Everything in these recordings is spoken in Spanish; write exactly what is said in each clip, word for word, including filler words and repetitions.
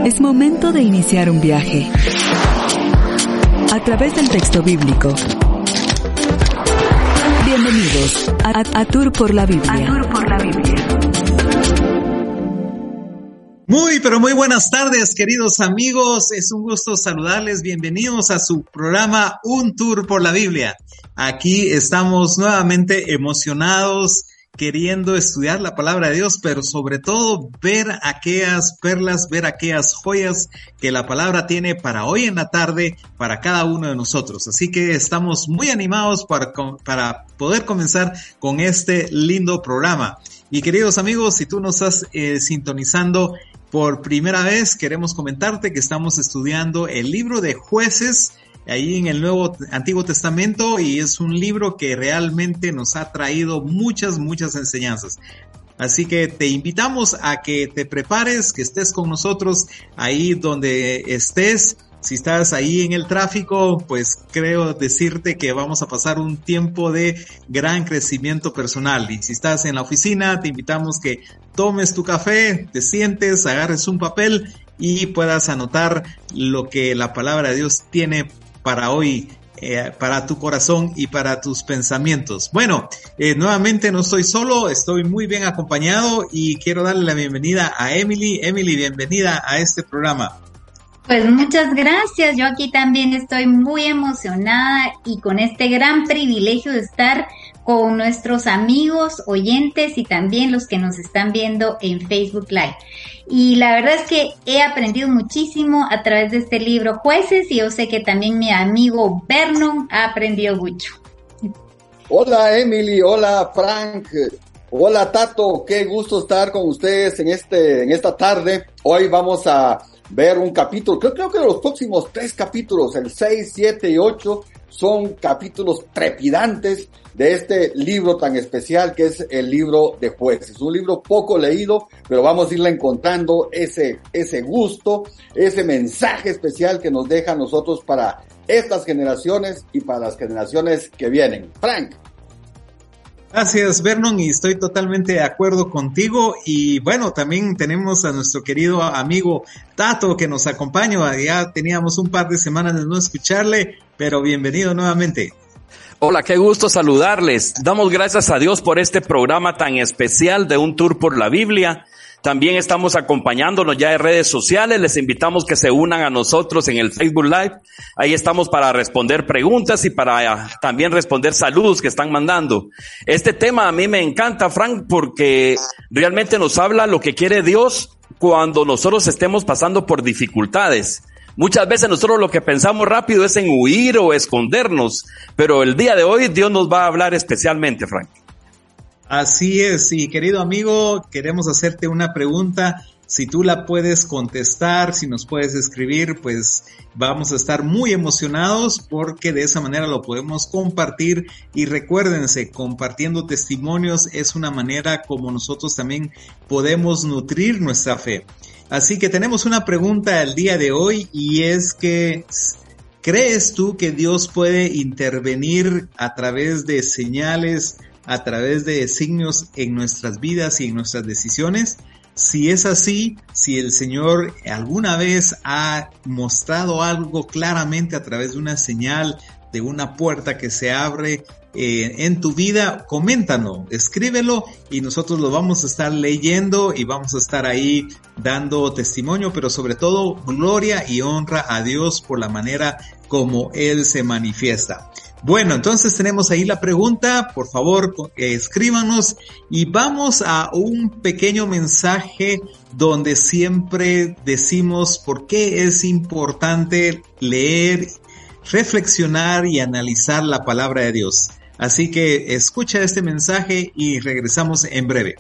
Es momento de iniciar un viaje a través del texto bíblico. Bienvenidos a, a, a Tour por la Biblia. A Tour por la Biblia. Muy, pero muy buenas tardes, queridos amigos. Es un gusto saludarles. Bienvenidos a su programa Un Tour por la Biblia. Aquí estamos nuevamente emocionados, queriendo estudiar la palabra de Dios, pero sobre todo ver aquellas perlas, ver aquellas joyas que la palabra tiene para hoy en la tarde, para cada uno de nosotros. Así que estamos muy animados para, para poder comenzar con este lindo programa. Y queridos amigos, si tú nos estás eh, sintonizando por primera vez, queremos comentarte que estamos estudiando el libro de Jueces, ahí en el Nuevo Antiguo Testamento, y es un libro que realmente nos ha traído muchas, muchas enseñanzas. Así que te invitamos a que te prepares, que estés con nosotros ahí donde estés. Si estás ahí en el tráfico, pues creo decirte que vamos a pasar un tiempo de gran crecimiento personal. Y si estás en la oficina, te invitamos que tomes tu café, te sientes, agarres un papel y puedas anotar lo que la palabra de Dios tiene para hoy, eh, para tu corazón y para tus pensamientos. Bueno, eh, nuevamente no estoy solo, estoy muy bien acompañado y quiero darle la bienvenida a Emily. Emily, bienvenida a este programa. Pues muchas gracias, yo aquí también estoy muy emocionada y con este gran privilegio de estar con nuestros amigos, oyentes y también los que nos están viendo en Facebook Live. Y la verdad es que he aprendido muchísimo a través de este libro Jueces y yo sé que también mi amigo Vernon ha aprendido mucho. Hola Emily, hola Frank, hola Tato, qué gusto estar con ustedes en este en esta tarde. Hoy vamos a ver un capítulo, creo, creo que los próximos tres capítulos, el seis, siete y ocho, son capítulos trepidantes de este libro tan especial que es el libro de Jueces. Un libro poco leído, pero vamos a irle encontrando ese, ese gusto, ese mensaje especial que nos deja a nosotros para estas generaciones y para las generaciones que vienen. Frank. Gracias, Vernon, y estoy totalmente de acuerdo contigo. Y bueno, también tenemos a nuestro querido amigo Tato que nos acompaña. Ya teníamos un par de semanas de no escucharle, pero bienvenido nuevamente. Hola, qué gusto saludarles. Damos gracias a Dios por este programa tan especial de Un Tour por la Biblia. También estamos acompañándonos ya en redes sociales. Les invitamos que se unan a nosotros en el Facebook Live. Ahí estamos para responder preguntas y para también responder saludos que están mandando. Este tema a mí me encanta, Frank, porque realmente nos habla lo que quiere Dios cuando nosotros estemos pasando por dificultades. Muchas veces nosotros lo que pensamos rápido es en huir o escondernos, pero el día de hoy Dios nos va a hablar especialmente, Frank. Así es, y querido amigo, queremos hacerte una pregunta. Si tú la puedes contestar, si nos puedes escribir, pues vamos a estar muy emocionados porque de esa manera lo podemos compartir. Y recuérdense, compartiendo testimonios es una manera como nosotros también podemos nutrir nuestra fe. Así que tenemos una pregunta el día de hoy y es que, ¿crees tú que Dios puede intervenir a través de señales, a través de signos en nuestras vidas y en nuestras decisiones? Si es así, si el Señor alguna vez ha mostrado algo claramente a través de una señal, de una puerta que se abre eh, en tu vida, coméntanos, escríbelo y nosotros lo vamos a estar leyendo y vamos a estar ahí dando testimonio, pero sobre todo gloria y honra a Dios por la manera como Él se manifiesta. Bueno, entonces tenemos ahí la pregunta, por favor eh, escríbanos y vamos a un pequeño mensaje donde siempre decimos por qué es importante leer, reflexionar y analizar la palabra de Dios. Así que escucha este mensaje y regresamos en breve.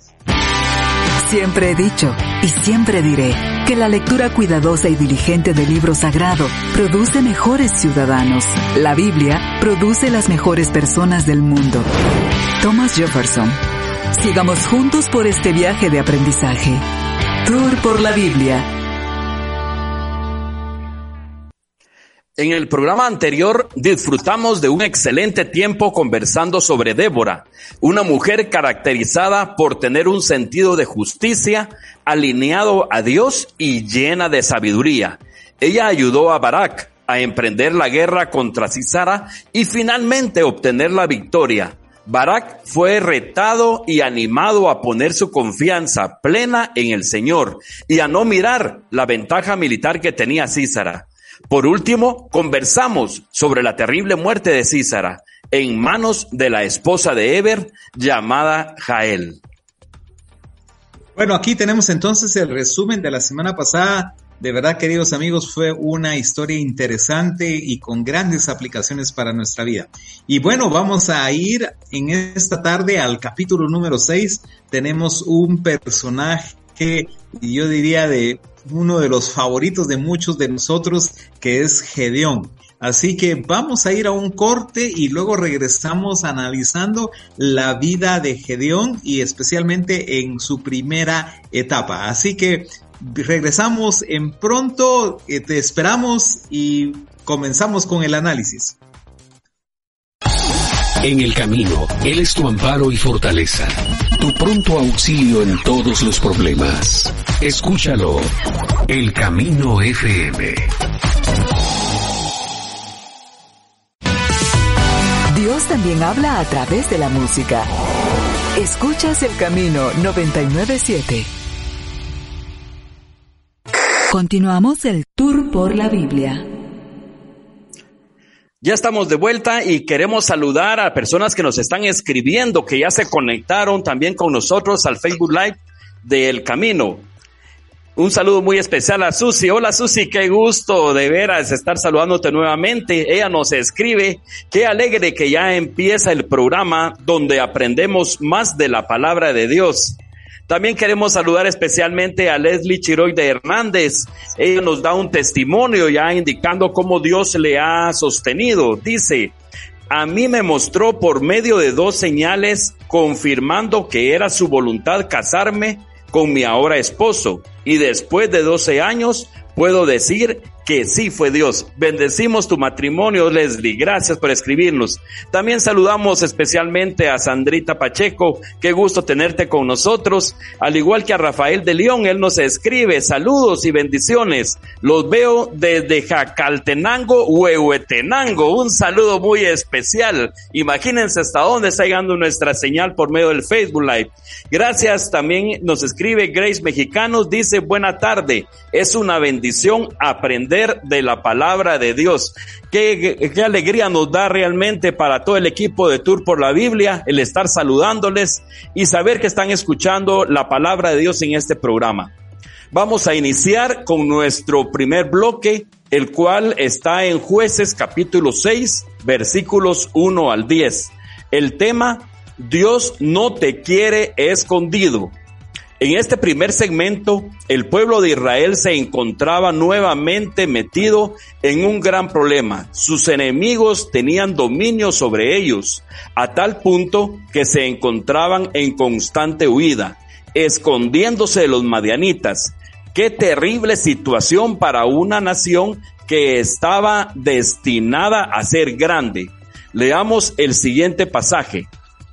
Siempre he dicho y siempre diré que la lectura cuidadosa y diligente del libro sagrado produce mejores ciudadanos. La Biblia produce las mejores personas del mundo. Thomas Jefferson. Sigamos juntos por este viaje de aprendizaje. Tour por la Biblia. En el programa anterior disfrutamos de un excelente tiempo conversando sobre Débora, una mujer caracterizada por tener un sentido de justicia, alineado a Dios y llena de sabiduría. Ella ayudó a Barak a emprender la guerra contra Sísara y finalmente obtener la victoria. Barak fue retado y animado a poner su confianza plena en el Señor y a no mirar la ventaja militar que tenía Sísara. Por último, conversamos sobre la terrible muerte de Sísara en manos de la esposa de Heber, llamada Jael. Bueno, aquí tenemos entonces el resumen de la semana pasada. De verdad, queridos amigos, fue una historia interesante y con grandes aplicaciones para nuestra vida. Y bueno, vamos a ir en esta tarde al capítulo número seis. Tenemos un personaje, yo diría, de uno de los favoritos de muchos de nosotros, que es Gedeón. Así que vamos a ir a un corte y luego regresamos analizando la vida de Gedeón y especialmente en su primera etapa. Así que regresamos en pronto, eh, te esperamos y comenzamos con el análisis. En el camino, Él es tu amparo y fortaleza, tu pronto auxilio en todos los problemas. Escúchalo, El Camino F M. Dios también habla a través de la música. Escuchas El Camino noventa y nueve punto siete. Continuamos el tour por la Biblia. Ya estamos de vuelta y queremos saludar a personas que nos están escribiendo, que ya se conectaron también con nosotros al Facebook Live de El Camino. Un saludo muy especial a Susi. Hola Susi, qué gusto de veras estar saludándote nuevamente. Ella nos escribe, qué alegre que ya empieza el programa donde aprendemos más de la palabra de Dios. También queremos saludar especialmente a Leslie Chiroy de Hernández. Ella nos da un testimonio ya indicando cómo Dios le ha sostenido. Dice, a mí me mostró por medio de dos señales confirmando que era su voluntad casarme con mi ahora esposo. Y después de doce años puedo decir que sí fue Dios. Bendecimos tu matrimonio, Leslie. Gracias por escribirnos. También saludamos especialmente a Sandrita Pacheco. Qué gusto tenerte con nosotros. Al igual que a Rafael de León, él nos escribe. Saludos y bendiciones. Los veo desde Jacaltenango, Huehuetenango. Un saludo muy especial. Imagínense hasta dónde está llegando nuestra señal por medio del Facebook Live. Gracias. También nos escribe Grace Mexicanos. Dice, buena tarde. Es una bendición aprender de la palabra de Dios. Qué, qué alegría nos da realmente para todo el equipo de Tour por la Biblia el estar saludándoles y saber que están escuchando la palabra de Dios en este programa. Vamos a iniciar con nuestro primer bloque, el cual está en Jueces capítulo seis, versículos uno al diez. El tema, Dios no te quiere escondido. En este primer segmento, el pueblo de Israel se encontraba nuevamente metido en un gran problema. Sus enemigos tenían dominio sobre ellos, a tal punto que se encontraban en constante huida, escondiéndose de los madianitas. Qué terrible situación para una nación que estaba destinada a ser grande. Leamos el siguiente pasaje.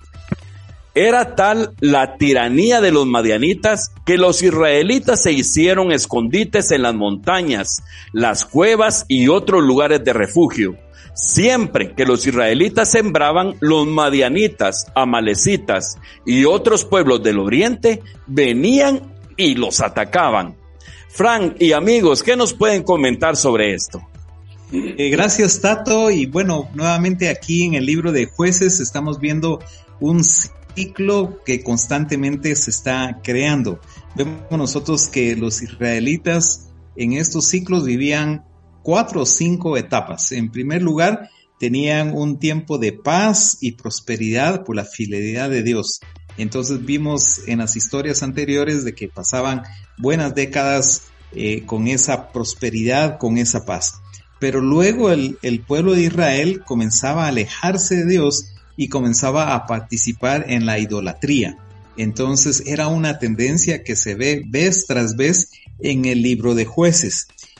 Era tal la tiranía de los madianitas que los israelitas se hicieron escondites en las montañas, las cuevas y otros lugares de refugio. Siempre que los israelitas sembraban, los madianitas, amalecitas y otros pueblos del oriente venían y los atacaban. Frank y amigos, ¿qué nos pueden comentar sobre esto? Eh, gracias, Tato. Y bueno, nuevamente aquí en el libro de Jueces estamos viendo un ciclo que constantemente se está creando. Vemos nosotros que los israelitas en estos ciclos vivían cuatro o cinco etapas. En primer lugar, tenían un tiempo de paz y prosperidad por la fidelidad de Dios. Entonces vimos en las historias anteriores de que pasaban buenas décadas eh, con esa prosperidad, con esa paz. Pero luego el, el pueblo de Israel comenzaba a alejarse de Dios y comenzaba a participar en la idolatría. Entonces era una tendencia que se ve vez tras vez en el libro de Jueces.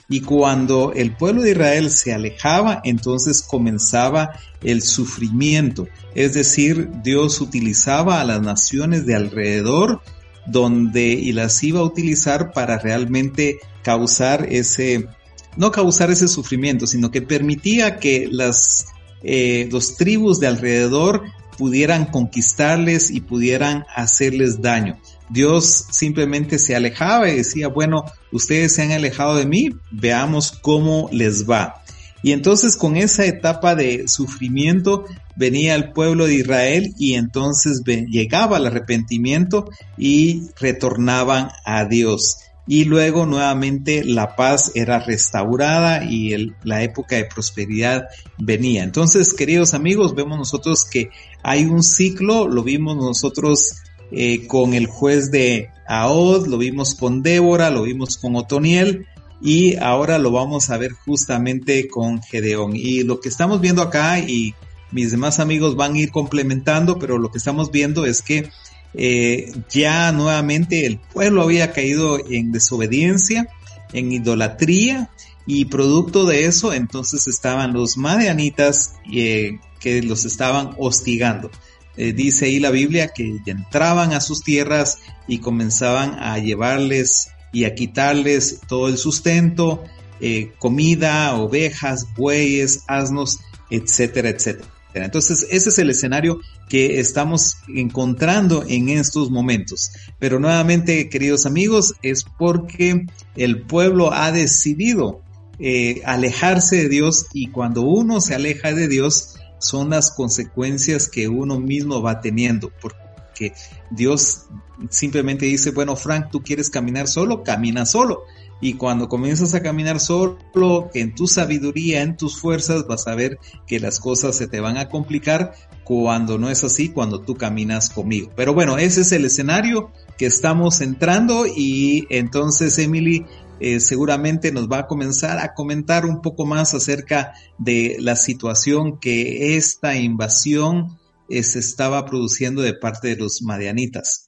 Y cuando el pueblo de Israel se alejaba, entonces comenzaba el sufrimiento. Es decir, Dios utilizaba a las naciones de alrededor donde y las iba a utilizar para realmente causar ese, no causar ese sufrimiento, sino que permitía que las eh, dos tribus de alrededor pudieran conquistarles y pudieran hacerles daño. Dios simplemente se alejaba y decía, bueno, ustedes se han alejado de mí, veamos cómo les va. Y entonces con esa etapa de sufrimiento venía el pueblo de Israel y entonces llegaba el arrepentimiento y retornaban a Dios. Y luego nuevamente la paz era restaurada y el, la época de prosperidad venía. Entonces, queridos amigos, vemos nosotros que hay un ciclo, lo vimos nosotros eh, con el juez de Ahod, lo vimos con Débora, lo vimos con Otoniel y ahora lo vamos a ver justamente con Gedeón. Y lo que estamos viendo acá, y mis demás amigos van a ir complementando, pero lo que estamos viendo es que Eh, ya nuevamente el pueblo había caído en desobediencia, en idolatría, y producto de eso entonces estaban los madianitas eh, que los estaban hostigando. Eh, dice ahí la Biblia que entraban a sus tierras y comenzaban a llevarles y a quitarles todo el sustento, eh, comida, ovejas, bueyes, asnos, etcétera, etcétera. Entonces ese es el escenario que estamos encontrando en estos momentos. Pero nuevamente, queridos amigos, es porque el pueblo ha decidido eh, alejarse de Dios, y cuando uno se aleja de Dios son las consecuencias que uno mismo va teniendo, porque Dios simplemente dice, bueno, Frank, ¿tú quieres caminar solo? Camina solo. Y cuando comienzas a caminar solo, en tu sabiduría, en tus fuerzas, vas a ver que las cosas se te van a complicar, cuando no es así, cuando tú caminas conmigo. Pero bueno, ese es el escenario que estamos entrando, y entonces Emily eh, seguramente nos va a comenzar a comentar un poco más acerca de la situación que esta invasión eh, se estaba produciendo de parte de los madianitas.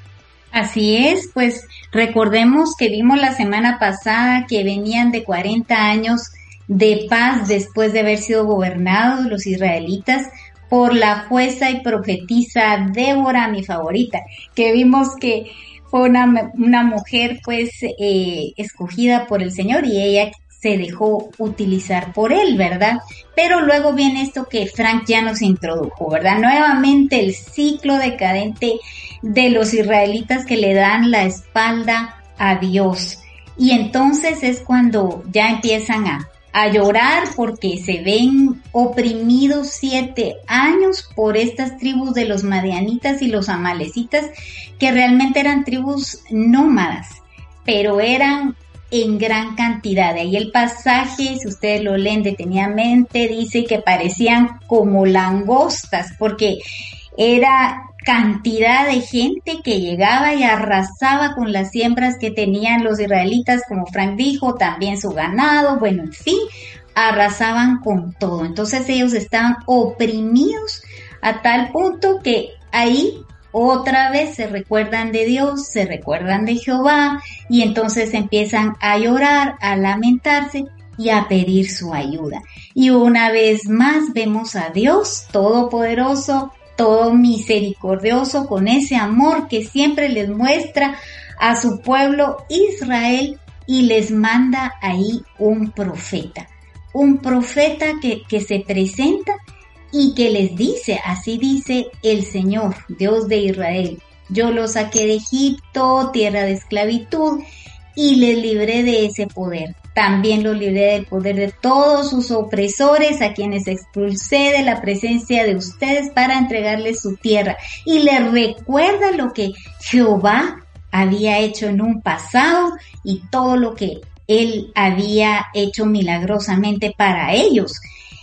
Así es, pues recordemos que vimos la semana pasada que venían de cuarenta años de paz después de haber sido gobernados los israelitas por la jueza y profetisa Débora, mi favorita, que vimos que fue una, una mujer pues eh, escogida por el Señor, y ella se dejó utilizar por él, ¿verdad? Pero luego viene esto que Frank ya nos introdujo, ¿verdad? Nuevamente el ciclo decadente de los israelitas que le dan la espalda a Dios. Y entonces es cuando ya empiezan a, a llorar porque se ven oprimidos siete años por estas tribus de los madianitas y los amalecitas, que realmente eran tribus nómadas, pero eran en gran cantidad. De ahí el pasaje, si ustedes lo leen detenidamente, dice que parecían como langostas, porque era cantidad de gente que llegaba y arrasaba con las siembras que tenían los israelitas, como Frank dijo, también su ganado, bueno, en fin, arrasaban con todo. Entonces ellos estaban oprimidos a tal punto que ahí otra vez se recuerdan de Dios, se recuerdan de Jehová, y entonces empiezan a llorar, a lamentarse y a pedir su ayuda. Y una vez más vemos a Dios todopoderoso, todo misericordioso, con ese amor que siempre les muestra a su pueblo Israel, y les manda ahí un profeta, un profeta que, que se presenta y que les dice, así dice el Señor, Dios de Israel: yo los saqué de Egipto, tierra de esclavitud, y les libré de ese poder. También los libré del poder de todos sus opresores, a quienes expulsé de la presencia de ustedes para entregarles su tierra. Y les recuerda lo que Jehová había hecho en un pasado y todo lo que él había hecho milagrosamente para ellos.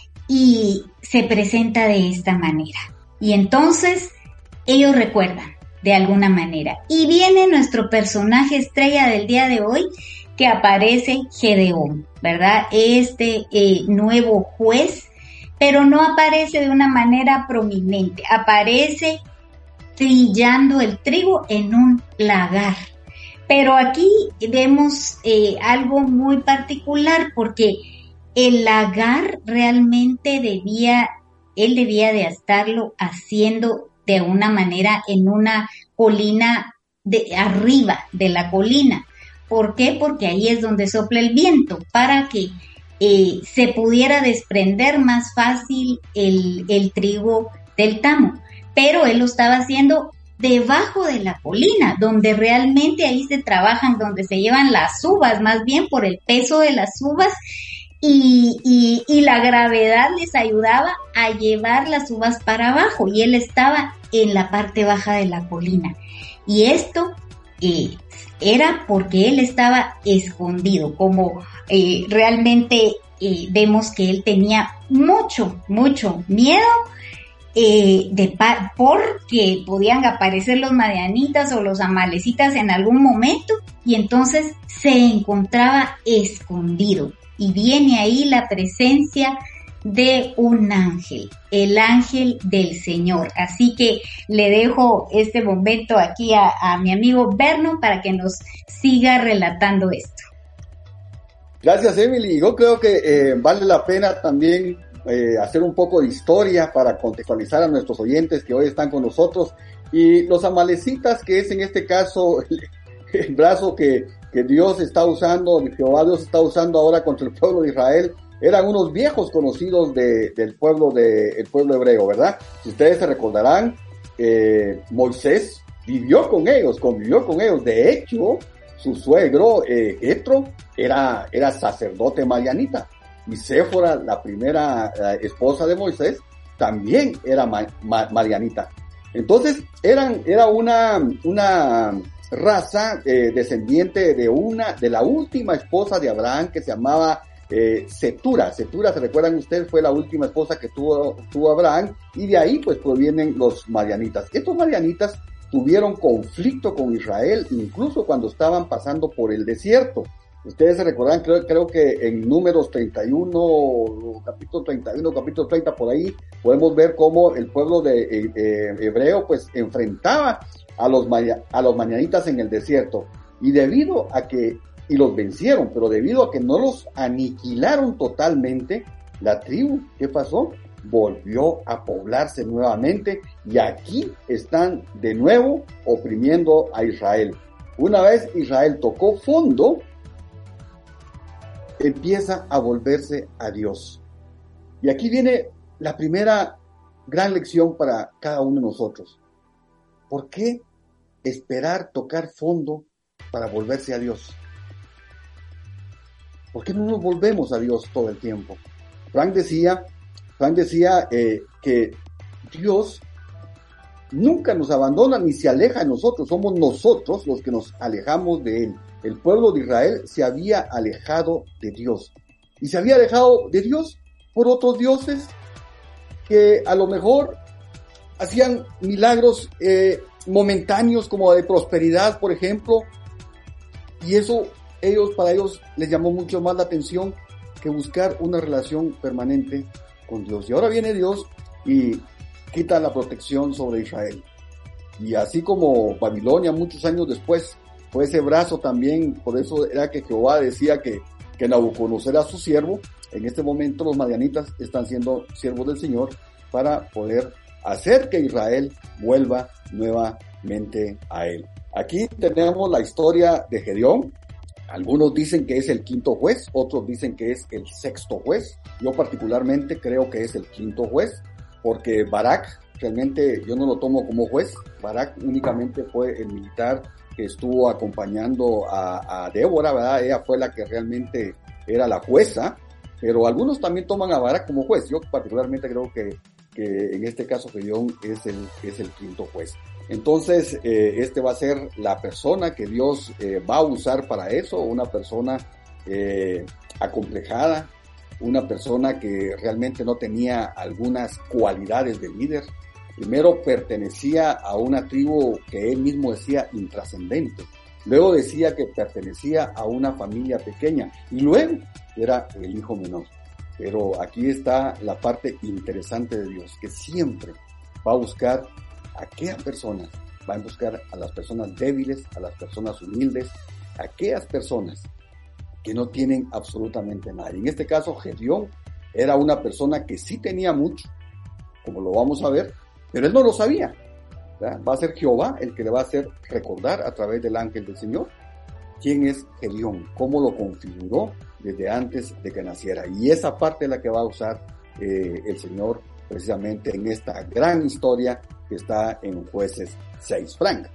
Y se presenta de esta manera. Y entonces ellos recuerdan de alguna manera. Y viene nuestro personaje estrella del día de hoy, que aparece Gedeón, ¿verdad? Este eh, nuevo juez, pero no aparece de una manera prominente, aparece trillando el trigo en un lagar. Pero aquí vemos eh, algo muy particular, porque el Agar realmente debía, él debía de estarlo haciendo de una manera en una colina de arriba de la colina. ¿Por qué? Porque ahí es donde sopla el viento, para que eh, se pudiera desprender más fácil el, el trigo del tamo. Pero él lo estaba haciendo debajo de la colina, donde realmente ahí se trabajan, donde se llevan las uvas, más bien por el peso de las uvas, y, y, y la gravedad les ayudaba a llevar las uvas para abajo, y él estaba en la parte baja de la colina. Y esto eh, era porque él estaba escondido, como eh, realmente eh, vemos que él tenía mucho, mucho miedo, Eh, de pa- porque podían aparecer los madianitas o los amalecitas en algún momento, y entonces se encontraba escondido, y viene ahí la presencia de un ángel, el ángel del Señor. Así que le dejo este momento aquí a, a mi amigo Vernon para que nos siga relatando esto. Gracias, Emily. Yo creo que eh, vale la pena también Eh, hacer un poco de historia para contextualizar a nuestros oyentes que hoy están con nosotros. Y los amalecitas, que es en este caso el, el brazo que, que Dios está usando, Jehová Dios está usando ahora contra el pueblo de Israel, eran unos viejos conocidos de, del pueblo de, el pueblo hebreo, ¿verdad? Si ustedes se recordarán, eh, Moisés vivió con ellos, convivió con ellos. De hecho, su suegro, eh, Jetro, era, era sacerdote madianita. Y Séfora, la primera eh, esposa de Moisés, también era ma- ma- madianita. Entonces, eran, era una, una raza eh, descendiente de una, de la última esposa de Abraham, que se llamaba eh, Cetura. Cetura, ¿se recuerdan ustedes? Fue la última esposa que tuvo, tuvo Abraham, y de ahí pues provienen los madianitas. Estos madianitas tuvieron conflicto con Israel, incluso cuando estaban pasando por el desierto. Ustedes se recordarán, creo, creo que en Números treinta y uno, capítulo treinta y uno, capítulo treinta, por ahí, podemos ver cómo el pueblo de eh, eh, hebreo, pues, enfrentaba a los, a los madianitas en el desierto. Y debido a que, y los vencieron, pero debido a que no los aniquilaron totalmente, la tribu, ¿qué pasó? Volvió a poblarse nuevamente, y aquí están de nuevo oprimiendo a Israel. Una vez Israel tocó fondo, empieza a volverse a Dios. Y aquí viene la primera gran lección para cada uno de nosotros. ¿Por qué esperar tocar fondo para volverse a Dios? ¿Por qué no nos volvemos a Dios todo el tiempo? Frank decía, Frank decía eh, que Dios nunca nos abandona ni se aleja de nosotros. Somos nosotros los que nos alejamos de Él. El pueblo de Israel se había alejado de Dios. Y se había alejado de Dios por otros dioses que a lo mejor hacían milagros eh, momentáneos, como de prosperidad, por ejemplo. Y eso, ellos, para ellos les llamó mucho más la atención que buscar una relación permanente con Dios. Y ahora viene Dios y quita la protección sobre Israel. Y así como Babilonia muchos años después fue ese brazo también, por eso era que Jehová decía que, que Nabucodonosor era su siervo. En este momento los madianitas están siendo siervos del Señor para poder hacer que Israel vuelva nuevamente a Él. Aquí tenemos la historia de Gedeón. Algunos dicen que es el quinto juez, otros dicen que es el sexto juez. Yo particularmente creo que es el quinto juez, porque Barak, realmente yo no lo tomo como juez. Barak únicamente fue el militar que estuvo acompañando a, a Débora, ¿verdad? Ella fue la que realmente era la jueza, pero algunos también toman a Barak como juez. Yo particularmente creo que, que en este caso Gedeón es el, es el quinto juez. Entonces, eh, este va a ser la persona que Dios eh, va a usar para eso, una persona eh, acomplejada, una persona que realmente no tenía algunas cualidades de líder. Primero pertenecía a una tribu que él mismo decía intrascendente. Luego decía que pertenecía a una familia pequeña. Y luego era el hijo menor. Pero aquí está la parte interesante de Dios, que siempre va a buscar a aquella persona va a buscar a las personas débiles, a las personas humildes, a aquellas personas que no tienen absolutamente nada. Y en este caso, Gedeón era una persona que sí tenía mucho, como lo vamos a ver, pero él no lo sabía, ¿verdad? Va a ser Jehová el que le va a hacer recordar a través del ángel del Señor quién es Gedeón, cómo lo configuró desde antes de que naciera. Y esa parte es la que va a usar eh, el Señor precisamente en esta gran historia que está en Jueces seis. Frank.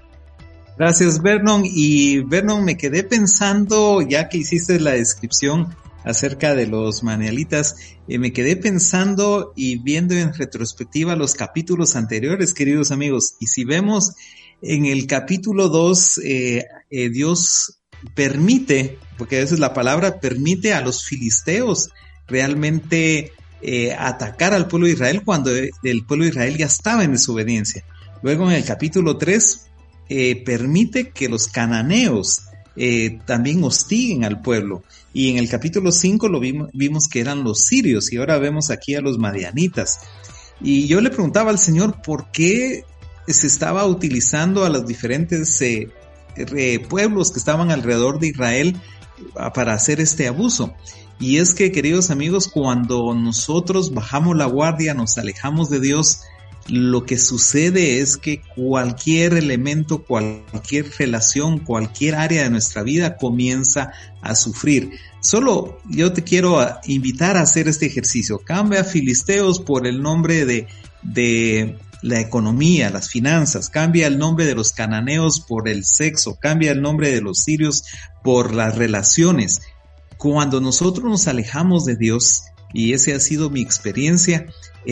Gracias, Vernon. Y Vernon, me quedé pensando, ya que hiciste la descripción acerca de los manialitas, eh, me quedé pensando y viendo en retrospectiva los capítulos anteriores, queridos amigos. Y si vemos en el capítulo dos, eh, eh, Dios permite, porque esa es la palabra, permite a los filisteos realmente eh, atacar al pueblo de Israel cuando el pueblo de Israel ya estaba en desobediencia. Luego en el capítulo tres, eh, permite que los cananeos eh, también hostiguen al pueblo. Y en el capítulo cinco lo vimos, vimos que eran los sirios, y ahora vemos aquí a los madianitas. Y yo le preguntaba al Señor por qué se estaba utilizando a los diferentes eh, eh, pueblos que estaban alrededor de Israel para hacer este abuso. Y es que, queridos amigos, cuando nosotros bajamos la guardia, nos alejamos de Dios, lo que sucede es que cualquier elemento, cualquier relación, cualquier área de nuestra vida comienza a sufrir. Solo yo te quiero invitar a hacer este ejercicio. Cambia filisteos por el nombre de, de la economía, las finanzas. Cambia el nombre de los cananeos por el sexo. Cambia el nombre de los sirios por las relaciones. Cuando nosotros nos alejamos de Dios, y esa ha sido mi experiencia,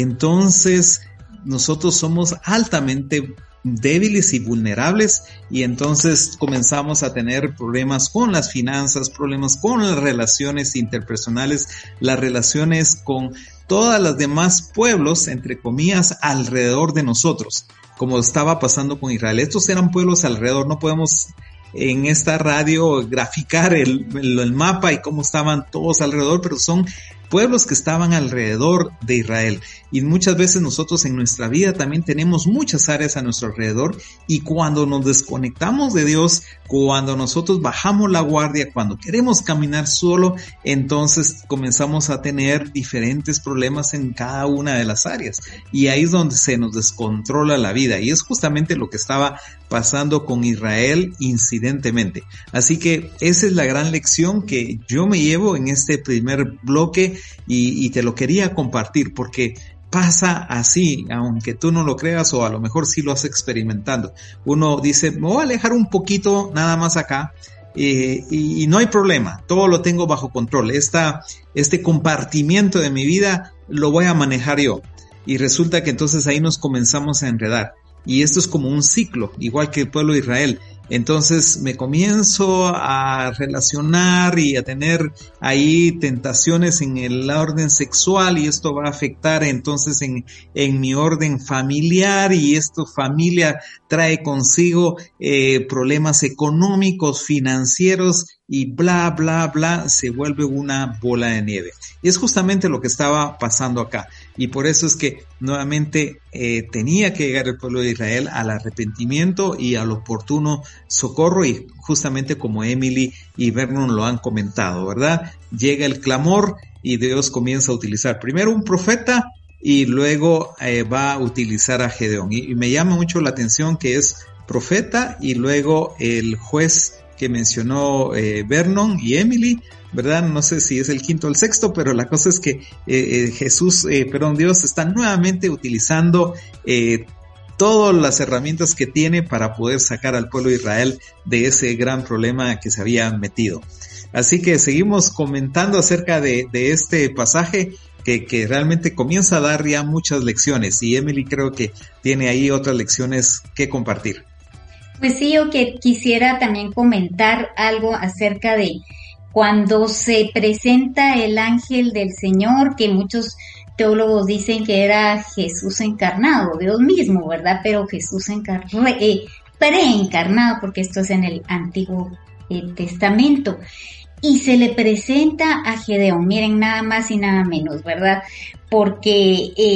entonces nosotros somos altamente débiles y vulnerables, y entonces comenzamos a tener problemas con las finanzas, problemas con las relaciones interpersonales, las relaciones con todas las demás pueblos, entre comillas, alrededor de nosotros, como estaba pasando con Israel. Estos eran pueblos alrededor, no podemos en esta radio graficar el, el, el mapa y cómo estaban todos alrededor, pero son pueblos que estaban alrededor de Israel. Y muchas veces nosotros en nuestra vida también tenemos muchas áreas a nuestro alrededor, y cuando nos desconectamos de Dios, cuando nosotros bajamos la guardia, cuando queremos caminar solo, entonces comenzamos a tener diferentes problemas en cada una de las áreas, y ahí es donde se nos descontrola la vida, y es justamente lo que estaba pasando con Israel incidentemente. Así que esa es la gran lección que yo me llevo en este primer bloque, y, y te lo quería compartir porque pasa así, aunque tú no lo creas, o a lo mejor sí lo has experimentando. Uno dice, me voy a alejar un poquito nada más acá, eh, y, y no hay problema, todo lo tengo bajo control. Esta, este compartimiento de mi vida lo voy a manejar yo. Y resulta que entonces ahí nos comenzamos a enredar. Y esto es como un ciclo, igual que el pueblo de Israel. Entonces me comienzo a relacionar y a tener ahí tentaciones en el orden sexual, y esto va a afectar entonces en, en mi orden familiar, y esto familia trae consigo eh, problemas económicos, financieros, y bla, bla, bla, se vuelve una bola de nieve. Y es justamente lo que estaba pasando acá. Y por eso es que nuevamente eh, tenía que llegar el pueblo de Israel al arrepentimiento y al oportuno socorro, y justamente como Emily y Vernon lo han comentado, ¿verdad? Llega el clamor y Dios comienza a utilizar primero un profeta, y luego eh, va a utilizar a Gedeón. Y, y me llama mucho la atención que es profeta y luego el juez que mencionó eh, Vernon y Emily, ¿verdad? No sé si es el quinto o el sexto, pero la cosa es que eh, eh, Jesús, eh, perdón, Dios está nuevamente utilizando eh, todas las herramientas que tiene para poder sacar al pueblo de Israel de ese gran problema que se había metido. Así que seguimos comentando acerca de, de este pasaje que, que realmente comienza a dar ya muchas lecciones, y Emily creo que tiene ahí otras lecciones que compartir. Pues sí, yo que quisiera también comentar algo acerca de cuando se presenta el ángel del Señor, que muchos teólogos dicen que era Jesús encarnado, Dios mismo, ¿verdad? Pero Jesús encarnado, eh, preencarnado, porque esto es en el Antiguo eh, Testamento. Y se le presenta a Gedeón, miren, nada más y nada menos, ¿verdad? Porque eh,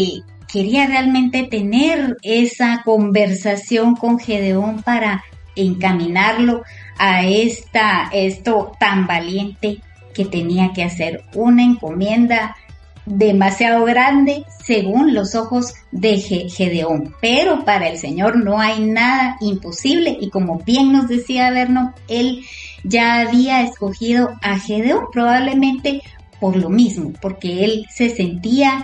quería realmente tener esa conversación con Gedeón para encaminarlo a esta, esto tan valiente que tenía que hacer, una encomienda demasiado grande según los ojos de Gedeón, pero para el Señor no hay nada imposible, y como bien nos decía Verno, él ya había escogido a Gedeón probablemente por lo mismo, porque él se sentía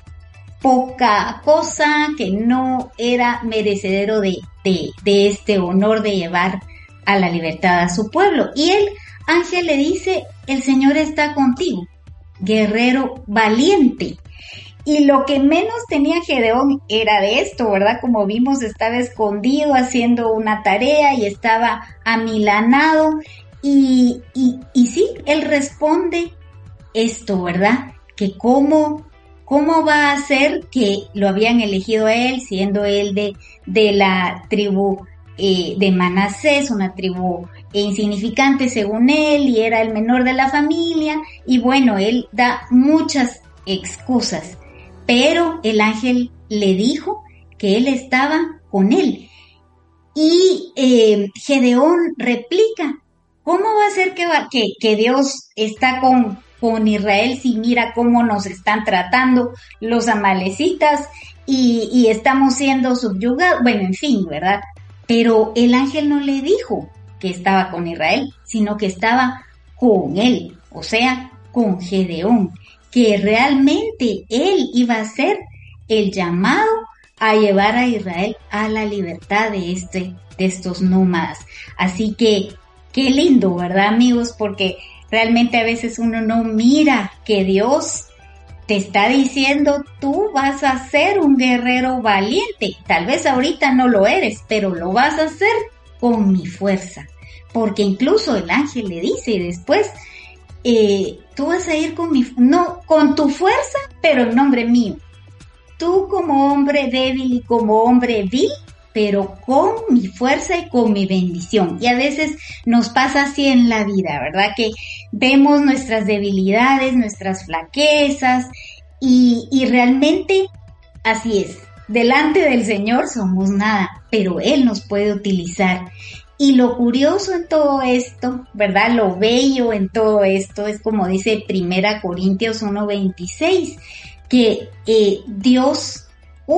poca cosa, que no era merecedero de, de, de este honor de llevar a la libertad a su pueblo. Y el ángel le dice, el Señor está contigo, guerrero valiente. Y lo que menos tenía Gedeón era de esto, ¿verdad? Como vimos, estaba escondido haciendo una tarea y estaba amilanado. Y, y, y sí, él responde esto, ¿verdad? Que cómo, cómo va a ser que lo habían elegido a él, siendo él de, de la tribu eh, de Manasés, una tribu insignificante según él, y era el menor de la familia, y bueno, él da muchas excusas, pero el ángel le dijo que él estaba con él, y eh, Gedeón replica, ¿cómo va a ser que, va, que, que Dios está con, con Israel si mira cómo nos están tratando los amalecitas y, y estamos siendo subyugados? Bueno, en fin, ¿verdad? Pero el ángel no le dijo que estaba con Israel, sino que estaba con él, o sea, con Gedeón, que realmente él iba a ser el llamado a llevar a Israel a la libertad de este, de estos nómadas. Así que, qué lindo, ¿verdad, amigos? Porque realmente a veces uno no mira que Dios te está diciendo, tú vas a ser un guerrero valiente. Tal vez ahorita no lo eres, pero lo vas a hacer con mi fuerza. Porque incluso el ángel le dice después, eh, tú vas a ir con mi, no, con tu fuerza, pero en nombre mío. Tú como hombre débil y como hombre vil, pero con mi fuerza y con mi bendición. Y a veces nos pasa así en la vida, ¿verdad? Que vemos nuestras debilidades, nuestras flaquezas, y, y realmente así es. Delante del Señor somos nada, pero Él nos puede utilizar. Y lo curioso en todo esto, ¿verdad? Lo bello en todo esto es como dice Primera Corintios uno veintiséis, que eh, Dios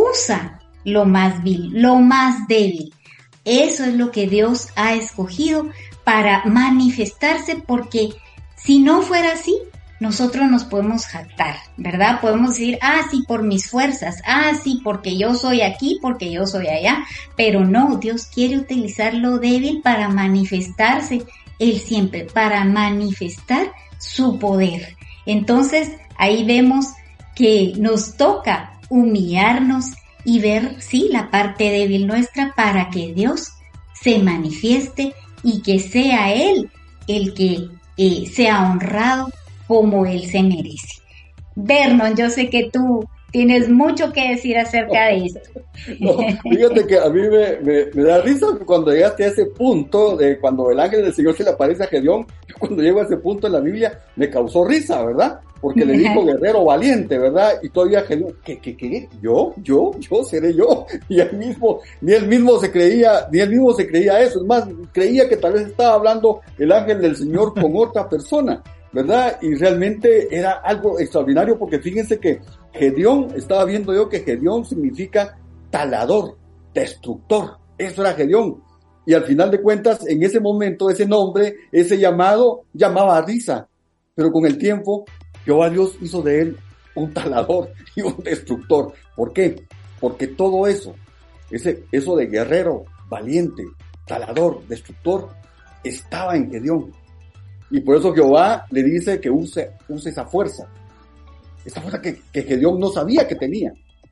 usa lo más vil, lo más débil. Eso es lo que Dios ha escogido para manifestarse, porque si no fuera así, nosotros nos podemos jactar, ¿verdad? Podemos decir, ah, sí, por mis fuerzas, ah, sí, porque yo soy aquí, porque yo soy allá, pero no, Dios quiere utilizar lo débil para manifestarse Él siempre, para manifestar su poder. Entonces, ahí vemos que nos toca humillarnos y ver, sí, la parte débil nuestra para que Dios se manifieste y que sea Él el que eh, sea honrado como Él se merece. Vernon, yo sé que tú tienes mucho que decir acerca de esto. No, fíjate que a mí me, me, me da risa cuando llegaste a ese punto, de cuando el ángel del Señor se le aparece a Gedeón, cuando llego a ese punto en la Biblia, me causó risa, ¿verdad? Porque le dijo guerrero valiente, ¿verdad? Y todavía Gedeón, ¿qué, qué, qué? ¿Yo? ¿Yo? ¿Yo? ¿Seré yo? Y él mismo, ni él mismo se creía, ni él mismo se creía eso. Es más, creía que tal vez estaba hablando el ángel del Señor con otra persona, ¿verdad? Y realmente era algo extraordinario, porque fíjense que Gedeón, estaba viendo yo que Gedeón significa talador, destructor. Eso era Gedeón. Y al final de cuentas, en ese momento, ese nombre, ese llamado, llamaba a risa. Pero con el tiempo, Jehová Dios hizo de él un talador y un destructor. ¿Por qué? Porque todo eso, ese, eso de guerrero, valiente, talador, destructor, estaba en Gedeón. Y por eso Jehová le dice que use, use esa fuerza. Esa fuerza que, que Gedeón no sabía que tenía.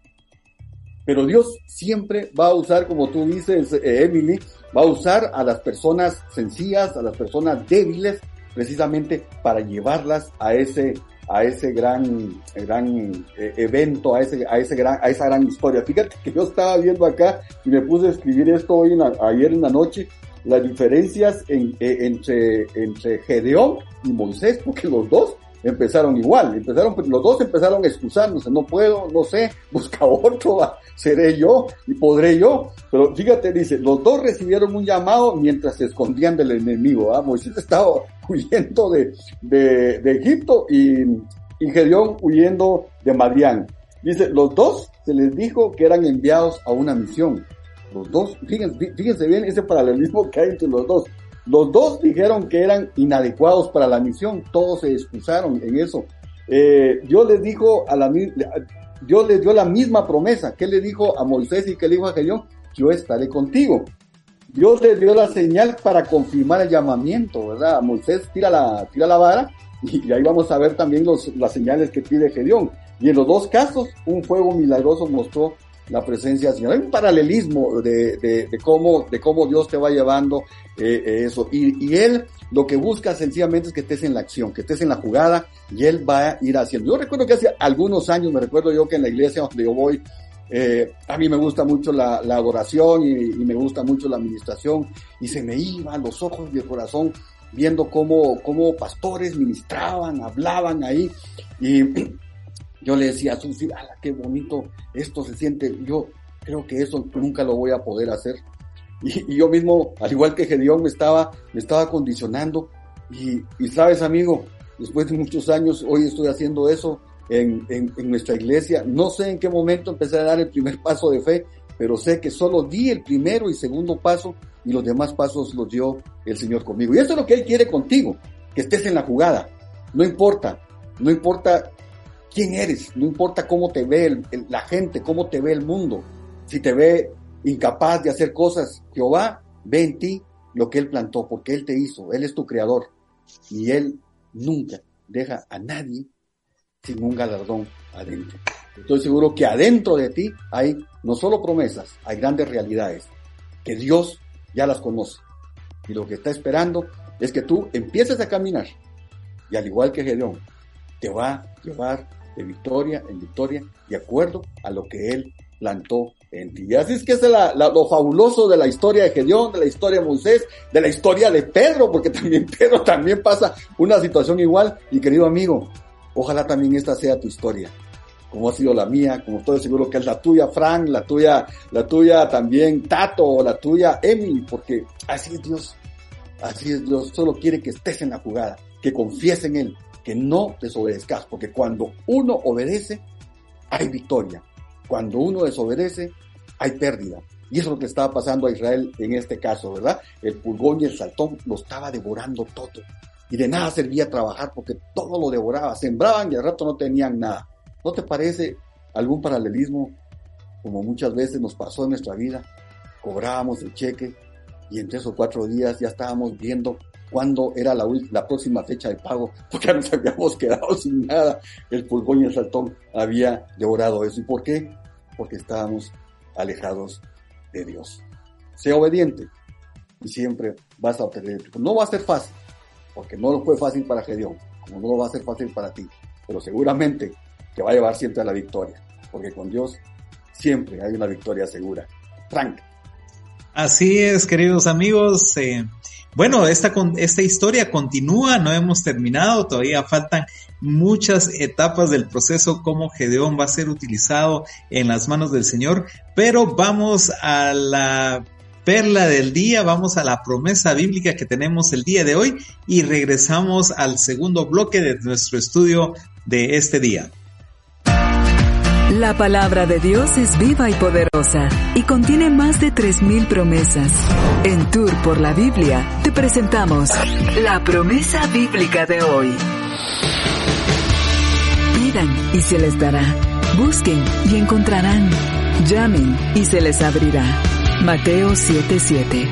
Pero Dios siempre va a usar, como tú dices, eh, Emily, va a usar a las personas sencillas, a las personas débiles, precisamente para llevarlas a ese, a ese gran, gran eh, evento, a ese, a ese gran, a esa gran historia. Fíjate que yo estaba viendo acá y me puse a escribir esto hoy en la, ayer en la noche, las diferencias en, eh, entre, entre Gedeón y Moisés, porque los dos empezaron igual, empezaron, los dos empezaron a excusarnos, no puedo, no sé, busca otro, seré yo y podré yo, pero fíjate, dice, los dos recibieron un llamado mientras se escondían del enemigo, ¿ah? Moisés estaba huyendo de, de, de Egipto y, y Gedeón huyendo de Madián. Dice, los dos se les dijo que eran enviados a una misión. Los dos, fíjense, fíjense bien ese paralelismo que hay entre los dos. Los dos dijeron que eran inadecuados para la misión, todos se excusaron en eso. Eh, Dios les dijo a la, Dios les dio la misma promesa. ¿Qué le dijo a Moisés y qué le dijo a Gedeón? Yo estaré contigo. Dios les dio la señal para confirmar el llamamiento, ¿verdad? Moisés tira la, tira la vara y, y ahí vamos a ver también los, las señales que pide Gedeón. Y en los dos casos, un fuego milagroso mostró la presencia del Señor. Hay un paralelismo de, de, de cómo, de cómo Dios te va llevando eh, eso. Y, y Él lo que busca sencillamente es que estés en la acción, que estés en la jugada, y Él va a ir haciendo. Yo recuerdo que hace algunos años, me recuerdo yo que en la iglesia donde yo voy, eh, a mí me gusta mucho la, la adoración y, y me gusta mucho la administración, y se me iban los ojos y el corazón viendo cómo, cómo pastores ministraban, hablaban ahí, y yo le decía a Susi, ¡ala, qué bonito esto se siente! Yo creo que eso nunca lo voy a poder hacer. Y, y yo mismo, al igual que Gedeón, me estaba, me estaba condicionando. Y, y sabes, amigo, después de muchos años, hoy estoy haciendo eso en, en, en nuestra iglesia. No sé en qué momento empecé a dar el primer paso de fe, pero sé que solo di el primero y segundo paso, y los demás pasos los dio el Señor conmigo. Y eso es lo que Él quiere contigo, que estés en la jugada. No importa, no importa quién eres, no importa cómo te ve el, el, la gente, cómo te ve el mundo. Si te ve incapaz de hacer cosas, Jehová ve en ti lo que Él plantó, porque Él te hizo, Él es tu creador, y Él nunca deja a nadie sin un galardón adentro. Estoy seguro que adentro de ti hay no solo promesas, hay grandes realidades, que Dios ya las conoce, y lo que está esperando es que tú empieces a caminar, y al igual que Gedeón, te va a llevar de victoria en victoria, de acuerdo a lo que Él plantó en ti. Y así es que es la, la, lo fabuloso de la historia de Gedeón, de la historia de Moisés, de la historia de Pedro, porque también Pedro también pasa una situación igual. Y querido amigo, ojalá también esta sea tu historia, como ha sido la mía, como estoy seguro que es la tuya, Frank, la tuya, la tuya también, Tato, la tuya, Emily, porque así es Dios, así es Dios, solo quiere que estés en la jugada, que confíes en Él, que no desobedezcas, porque cuando uno obedece, hay victoria. Cuando uno desobedece, hay pérdida. Y eso es lo que estaba pasando a Israel en este caso, ¿verdad? El pulgón y el saltón lo estaba devorando todo. Y de nada servía trabajar porque todo lo devoraba. Sembraban y al rato no tenían nada. ¿No te parece algún paralelismo como muchas veces nos pasó en nuestra vida? Cobrábamos el cheque y en tres o cuatro días ya estábamos viendo cuándo era la, la próxima fecha de pago, porque nos habíamos quedado sin nada. El pulgón y el saltón había devorado eso. ¿Y por qué? Porque estábamos alejados de Dios. Sea obediente y siempre vas a obtener. No va a ser fácil, porque no lo fue fácil para Gedeón, como no lo va a ser fácil para ti, pero seguramente te va a llevar siempre a la victoria, porque con Dios siempre hay una victoria segura. Frank. Así es, queridos amigos. Eh, bueno, esta, esta historia continúa, no hemos terminado, todavía faltan muchas etapas del proceso, cómo Gedeón va a ser utilizado en las manos del Señor, pero vamos a la perla del día, vamos a la promesa bíblica que tenemos el día de hoy y regresamos al segundo bloque de nuestro estudio de este día. La palabra de Dios es viva y poderosa y contiene más de tres mil promesas. En Tour por la Biblia te presentamos la promesa bíblica de hoy. Pidan y se les dará. Busquen y encontrarán. Llamen y se les abrirá. Mateo siete siete.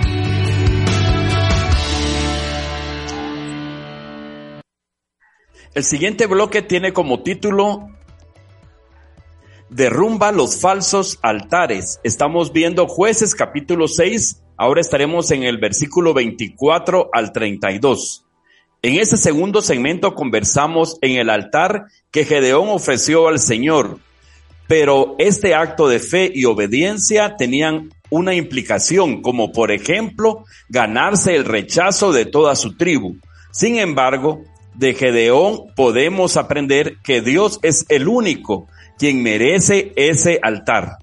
El siguiente bloque tiene como título Derrumba los falsos altares. Estamos viendo Jueces capítulo seis, ahora estaremos en el versículo veinticuatro al treinta y dos. En ese segundo segmento conversamos en el altar que Gedeón ofreció al Señor, pero este acto de fe y obediencia tenían una implicación, como por ejemplo, ganarse el rechazo de toda su tribu. Sin embargo, de Gedeón podemos aprender que Dios es el único quien merece ese altar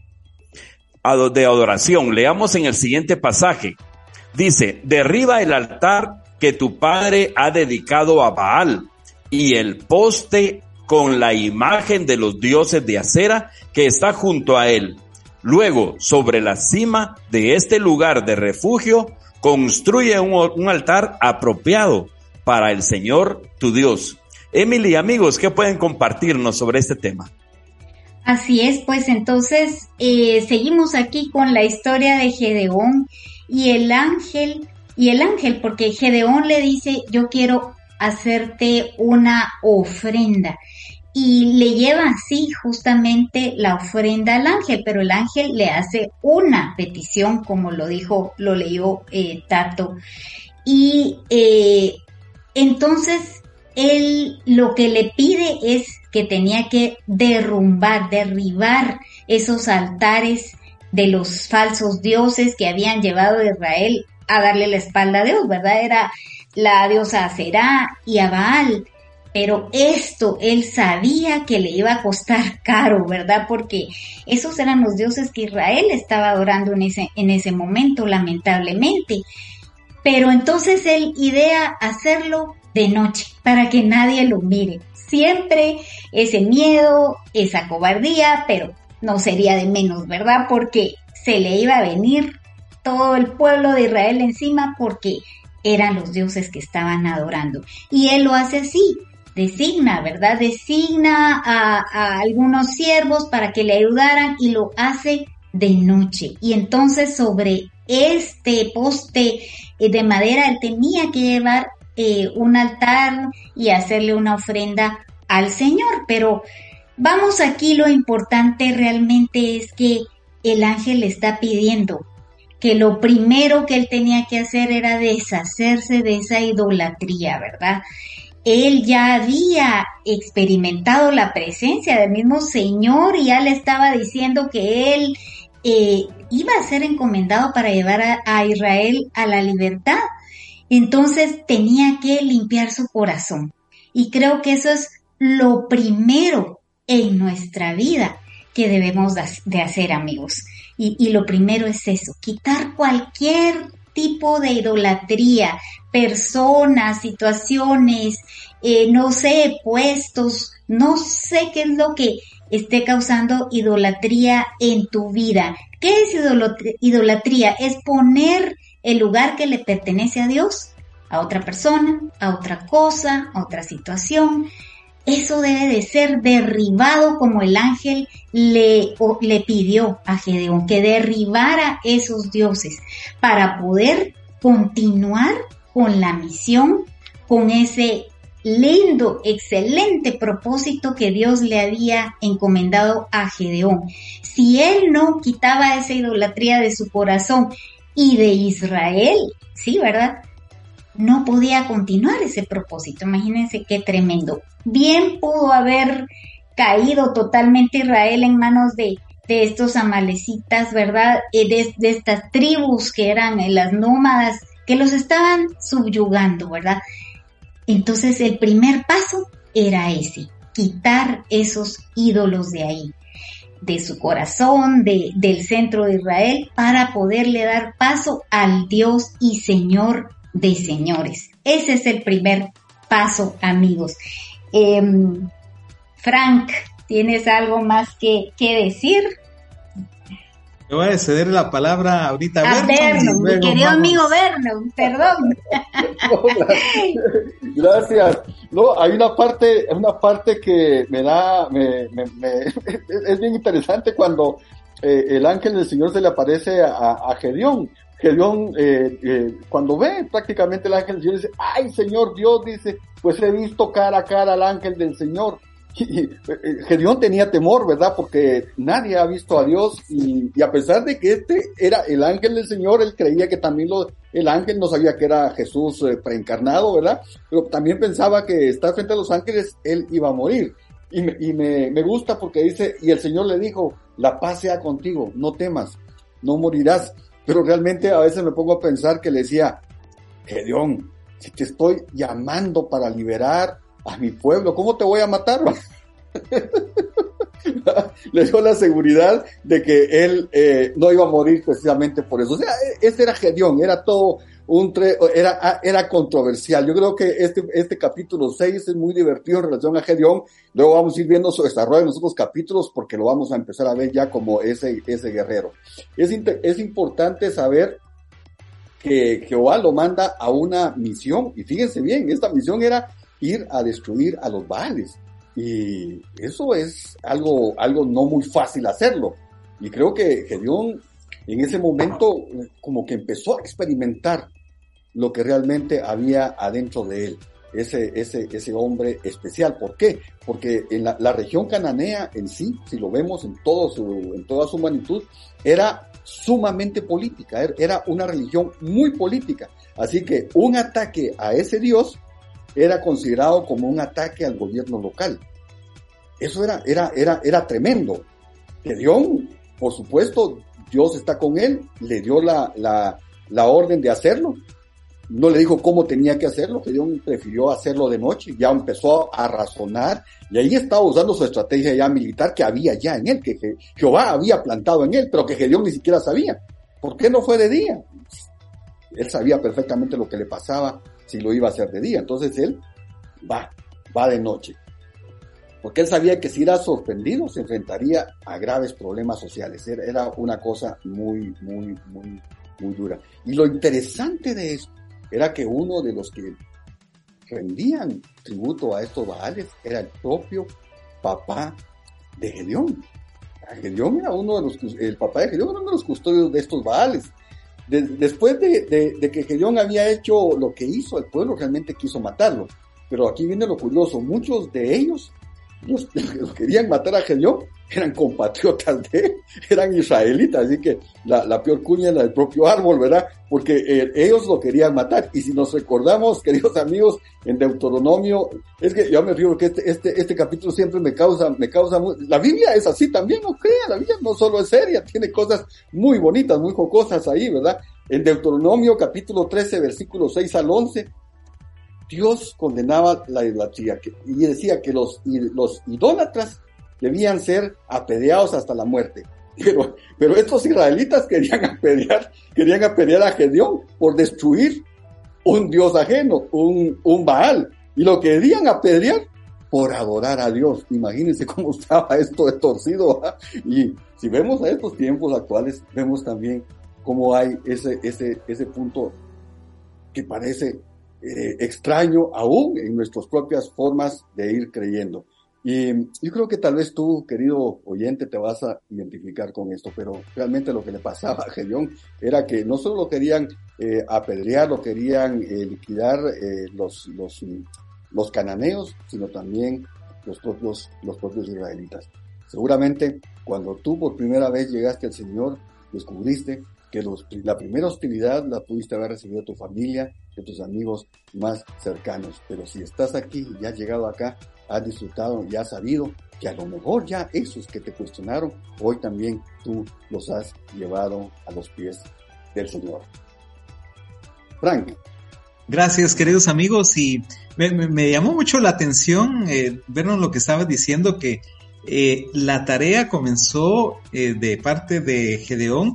de adoración. Leamos en el siguiente pasaje. Dice, derriba el altar que tu padre ha dedicado a Baal y el poste con la imagen de los dioses de acera que está junto a él. Luego, sobre la cima de este lugar de refugio, construye un, un altar apropiado para el Señor tu Dios. Emily, amigos, ¿qué pueden compartirnos sobre este tema? Así es, pues entonces eh, seguimos aquí con la historia de Gedeón y el ángel, y el ángel, porque Gedeón le dice, yo quiero hacerte una ofrenda. Y le lleva así justamente la ofrenda al ángel, pero el ángel le hace una petición, como lo dijo, lo leyó eh, Tato. Y eh, entonces él lo que le pide es que tenía que derrumbar, derribar esos altares de los falsos dioses que habían llevado a Israel a darle la espalda a Dios, ¿verdad? Era la diosa Aserá y a Baal. Pero esto él sabía que le iba a costar caro, ¿verdad? Porque esos eran los dioses que Israel estaba adorando en ese, en ese momento, lamentablemente. Pero entonces él idea hacerlo de noche, para que nadie lo mire. Siempre ese miedo, esa cobardía, pero no sería de menos, ¿verdad? Porque se le iba a venir todo el pueblo de Israel encima porque eran los dioses que estaban adorando. Y él lo hace así. Designa, ¿verdad? Designa a, a algunos siervos para que le ayudaran y lo hace de noche. Y entonces sobre este poste de madera él tenía que llevar eh, un altar y hacerle una ofrenda al Señor. Pero vamos aquí, lo importante realmente es que el ángel le está pidiendo que lo primero que él tenía que hacer era deshacerse de esa idolatría, ¿verdad? Él ya había experimentado la presencia del mismo Señor y ya le estaba diciendo que él eh, iba a ser encomendado para llevar a, a Israel a la libertad. Entonces tenía que limpiar su corazón. Y creo que eso es lo primero en nuestra vida que debemos de hacer, amigos. Y, y lo primero es eso, quitar cualquier tipo de idolatría, personas, situaciones, eh, no sé, puestos, no sé qué es lo que esté causando idolatría en tu vida. ¿Qué es idolatría? Es poner el lugar que le pertenece a Dios a otra persona, a otra cosa, a otra situación. Eso debe de ser derribado como el ángel le, o, le pidió a Gedeón, que derribara esos dioses para poder continuar con la misión, con ese lindo, excelente propósito que Dios le había encomendado a Gedeón. Si él no quitaba esa idolatría de su corazón y de Israel, sí, ¿verdad?, no podía continuar ese propósito. Imagínense qué tremendo. Bien pudo haber caído totalmente Israel en manos de, de estos amalecitas, ¿verdad? De, de estas tribus que eran las nómadas, que los estaban subyugando, ¿verdad? Entonces el primer paso era ese, quitar esos ídolos de ahí, de su corazón, de, del centro de Israel, para poderle dar paso al Dios y Señor de señores. Ese es el primer paso, amigos. Eh, Frank, ¿tienes algo más que, que decir? Le voy a ceder la palabra ahorita a a Vernon, mi querido vamos. amigo Vernon, perdón. Gracias. No, hay una parte, una parte que me da, me, me, me es bien interesante cuando eh, el ángel del Señor se le aparece a, a Gedeón. Gedeón, eh, eh, cuando ve prácticamente el ángel del Señor, dice, ay, Señor Dios, dice, pues he visto cara a cara al ángel del Señor. Y, y, Gedeón tenía temor, ¿verdad? Porque nadie ha visto a Dios y, y a pesar de que este era el ángel del Señor, él creía que también lo, el ángel no sabía que era Jesús eh, preencarnado, ¿verdad? Pero también pensaba que estar frente a los ángeles, él iba a morir. Y, me, y me, me gusta porque dice, y el Señor le dijo, la paz sea contigo, no temas, no morirás. Pero realmente a veces me pongo a pensar que le decía, Gedeón, si te estoy llamando para liberar a mi pueblo, ¿cómo te voy a matar? Le dio la seguridad de que él eh, no iba a morir precisamente por eso. O sea, ese era Gedeón, era todo un tre- era, era controversial. Yo creo que este, este capítulo seis es muy divertido en relación a Gedeón. Luego vamos a ir viendo su desarrollo en los otros capítulos porque lo vamos a empezar a ver ya como ese, ese guerrero. Es, inter- es importante saber que Jehová lo manda a una misión, y fíjense bien, esta misión era ir a destruir a los Baales. Y eso es algo, algo no muy fácil hacerlo. Y creo que Gedeón en ese momento como que empezó a experimentar lo que realmente había adentro de él, ese, ese, ese hombre especial. ¿Por qué? Porque en la, la región cananea en sí, si lo vemos en todo su, en toda su magnitud, era sumamente política, era una religión muy política. Así que un ataque a ese Dios era considerado como un ataque al gobierno local. Eso era, era, era, era tremendo. Gedeón, por supuesto, Dios está con él, le dio la, la, la orden de hacerlo. No le dijo cómo tenía que hacerlo, Gedeón prefirió hacerlo de noche, ya empezó a razonar, y ahí estaba usando su estrategia ya militar que había ya en él, que Je- Jehová había plantado en él, pero que Gedeón ni siquiera sabía. ¿Por qué no fue de día? Él sabía perfectamente lo que le pasaba si lo iba a hacer de día, entonces él va, va de noche. Porque él sabía que si era sorprendido se enfrentaría a graves problemas sociales. Era, era una cosa muy, muy, muy, muy dura. Y lo interesante de esto era que uno de los que rendían tributo a estos Baales era el propio papá de Gedeón. Gedeón era uno de los, el papá de Gedeón era uno de los custodios de estos Baales. De, después de, de, de que Gedeón había hecho lo que hizo, el pueblo realmente quiso matarlo. Pero aquí viene lo curioso, muchos de ellos, los que querían matar a Gedeón, eran compatriotas de él, eran israelitas, así que la, la peor cuña era del propio árbol, ¿verdad? Porque eh, ellos lo querían matar. Y si nos recordamos, queridos amigos, en Deuteronomio, es que yo me río que este, este, este capítulo siempre me causa, me causa muy, la Biblia es así también, no crea, la Biblia no solo es seria, tiene cosas muy bonitas, muy jocosas ahí, ¿verdad? En Deuteronomio capítulo trece, versículos seis al once, Dios condenaba la idolatría y decía que los, los idólatras debían ser apedreados hasta la muerte. Pero, pero estos israelitas querían apedrear, querían apedrear a Gedeón por destruir un dios ajeno, un, un Baal. Y lo querían apedrear por adorar a Dios. Imagínense cómo estaba esto de torcido, ¿verdad? Y si vemos a estos tiempos actuales, vemos también cómo hay ese, ese, ese punto que parece eh, extraño aún en nuestras propias formas de ir creyendo. Y yo creo que tal vez tú, querido oyente, te vas a identificar con esto, pero realmente lo que le pasaba a Gedeón era que no solo lo querían eh, apedrear, lo querían eh, liquidar eh, los, los, los cananeos, sino también los propios, los propios israelitas. Seguramente cuando tú por primera vez llegaste al Señor, descubriste que los, la primera hostilidad la pudiste haber recibido de tu familia, de tus amigos más cercanos. Pero si estás aquí y has llegado acá, has disfrutado y has sabido que a lo mejor ya esos que te cuestionaron, hoy también tú los has llevado a los pies del Señor. Frank. Gracias, queridos amigos, y me, me, me llamó mucho la atención eh, vernos lo que estabas diciendo, que eh, la tarea comenzó eh, de parte de Gedeón,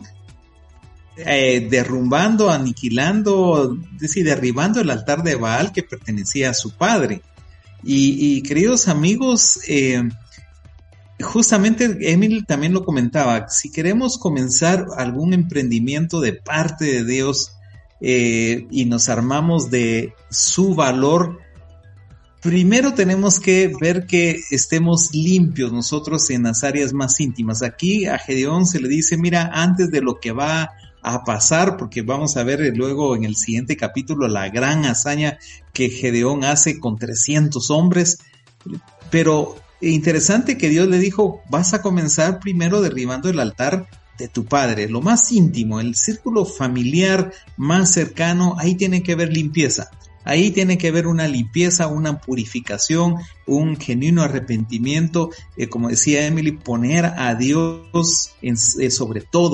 eh, derrumbando, aniquilando, es decir, derribando el altar de Baal que pertenecía a su padre. Y, y queridos amigos, eh, justamente Emily también lo comentaba, si queremos comenzar algún emprendimiento de parte de Dios eh, y nos armamos de su valor, primero tenemos que ver que estemos limpios nosotros en las áreas más íntimas. Aquí a Gedeón se le dice, mira, antes de lo que va a pasar, porque vamos a ver luego en el siguiente capítulo la gran hazaña que Gedeón hace con trescientos hombres, pero interesante que Dios le dijo, vas a comenzar primero derribando el altar de tu padre, lo más íntimo, el círculo familiar más cercano, ahí tiene que haber limpieza, ahí tiene que haber una limpieza, una purificación, un genuino arrepentimiento, eh, como decía Emily, poner a Dios en, eh, sobre todo.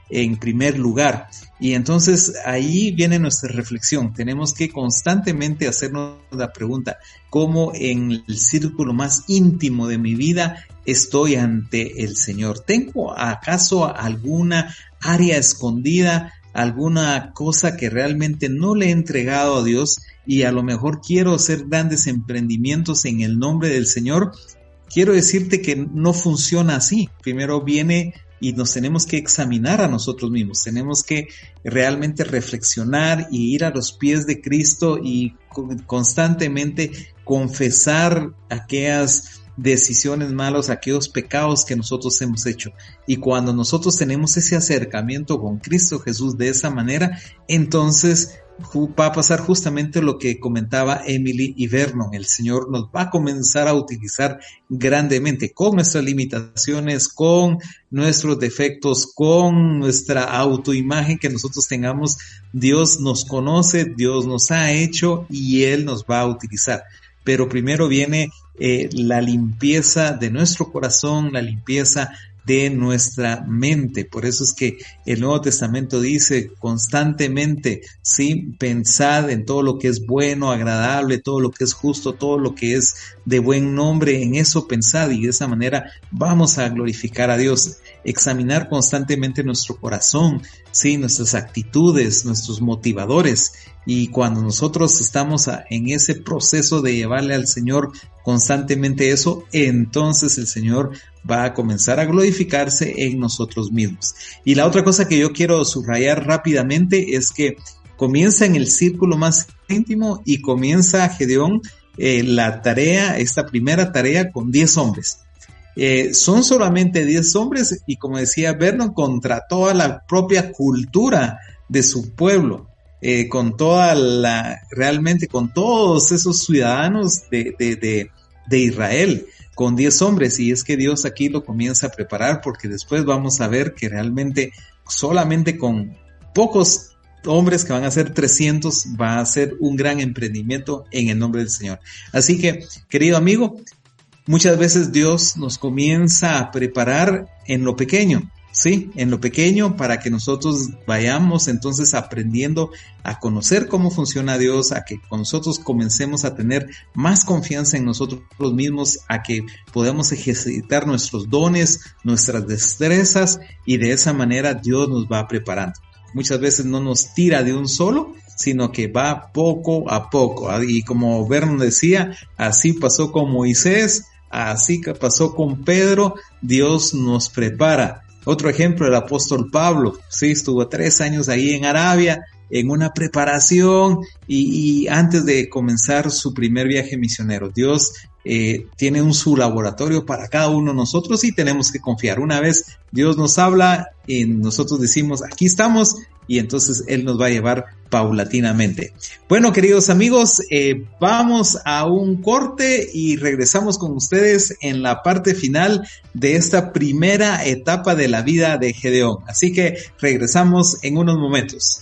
en primer lugar. Y entonces ahí viene nuestra reflexión. Tenemos que constantemente hacernos la pregunta, ¿cómo en el círculo más íntimo de mi vida estoy ante el Señor? ¿Tengo acaso alguna área escondida, alguna cosa que realmente no le he entregado a Dios y a lo mejor quiero hacer grandes emprendimientos en el nombre del Señor? Quiero decirte que no funciona así. Primero viene y nos tenemos que examinar a nosotros mismos, tenemos que realmente reflexionar y ir a los pies de Cristo y constantemente confesar aquellas decisiones malas, aquellos pecados que nosotros hemos hecho. Y cuando nosotros tenemos ese acercamiento con Cristo Jesús de esa manera, entonces va a pasar justamente lo que comentaba Emily y Vernon. El Señor nos va a comenzar a utilizar grandemente con nuestras limitaciones, con nuestros defectos, con nuestra autoimagen que nosotros tengamos. Dios nos conoce, Dios nos ha hecho y Él nos va a utilizar. Pero primero viene eh, la limpieza de nuestro corazón, la limpieza de nuestra mente. Por eso es que el Nuevo Testamento dice constantemente, sí, pensad en todo lo que es bueno, agradable, todo lo que es justo, todo lo que es de buen nombre, en eso pensad, y de esa manera vamos a glorificar a Dios. Examinar constantemente nuestro corazón, sí, nuestras actitudes, nuestros motivadores. Y cuando nosotros estamos a, en ese proceso de llevarle al Señor constantemente eso, entonces el Señor va a comenzar a glorificarse en nosotros mismos. Y la otra cosa que yo quiero subrayar rápidamente es que comienza en el círculo más íntimo y comienza Gedeón eh, la tarea, esta primera tarea con diez hombres. Eh, son solamente diez hombres y, como decía Vernon, contra toda la propia cultura de su pueblo. Eh, con toda la, realmente con todos esos ciudadanos de, de, de, de Israel, con diez hombres, y es que Dios aquí lo comienza a preparar, porque después vamos a ver que realmente solamente con pocos hombres, que van a ser trescientos, va a ser un gran emprendimiento en el nombre del Señor. Así que, querido amigo, muchas veces Dios nos comienza a preparar en lo pequeño. Sí, en lo pequeño, para que nosotros vayamos entonces aprendiendo a conocer cómo funciona Dios, a que nosotros comencemos a tener más confianza en nosotros mismos, a que podamos ejercitar nuestros dones, nuestras destrezas, y de esa manera Dios nos va preparando. Muchas veces no nos tira de un solo, sino que va poco a poco. Y como Vernon decía, así pasó con Moisés, así que pasó con Pedro. Dios nos prepara. Otro ejemplo, el apóstol Pablo, sí, estuvo tres años ahí en Arabia, en una preparación, y, y antes de comenzar su primer viaje misionero. Dios eh, tiene un su laboratorio para cada uno de nosotros y tenemos que confiar. Una vez Dios nos habla y nosotros decimos, aquí estamos, y entonces Él nos va a llevar paulatinamente. Bueno, queridos amigos, eh, vamos a un corte y regresamos con ustedes en la parte final de esta primera etapa de la vida de Gedeón. Así que regresamos en unos momentos.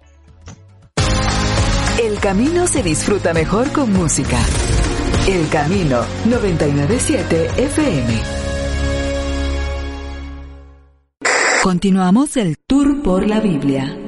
El camino se disfruta mejor con música. El Camino noventa y nueve punto siete F M. Continuamos el tour por la Biblia.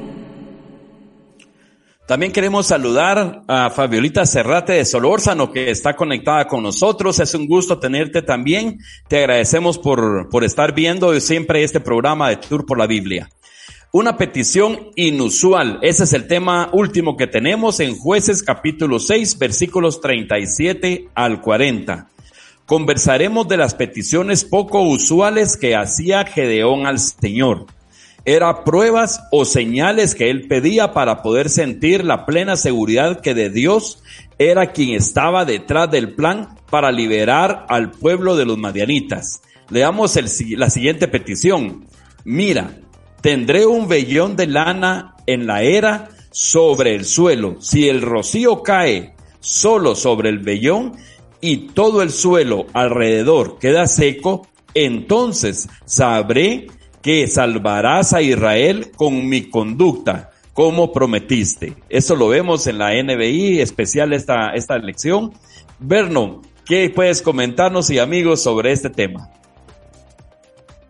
También queremos saludar a Fabiolita Cerrate de Solórzano, que está conectada con nosotros. Es un gusto tenerte también. Te agradecemos por, por estar viendo siempre este programa de Tour por la Biblia. Una petición inusual. Ese es el tema último que tenemos en Jueces capítulo seis, versículos treinta y siete al cuarenta. Conversaremos de las peticiones poco usuales que hacía Gedeón al Señor. Era pruebas o señales que él pedía para poder sentir la plena seguridad que de Dios era quien estaba detrás del plan para liberar al pueblo de los madianitas. Leamos el, la siguiente petición. Mira, tendré un vellón de lana en la era sobre el suelo. Si el rocío cae solo sobre el vellón y todo el suelo alrededor queda seco, entonces sabré que salvarás a Israel con mi conducta, como prometiste. Eso lo vemos en la N B I, especial esta, esta lección. Vernon, ¿qué puedes comentarnos y amigos sobre este tema?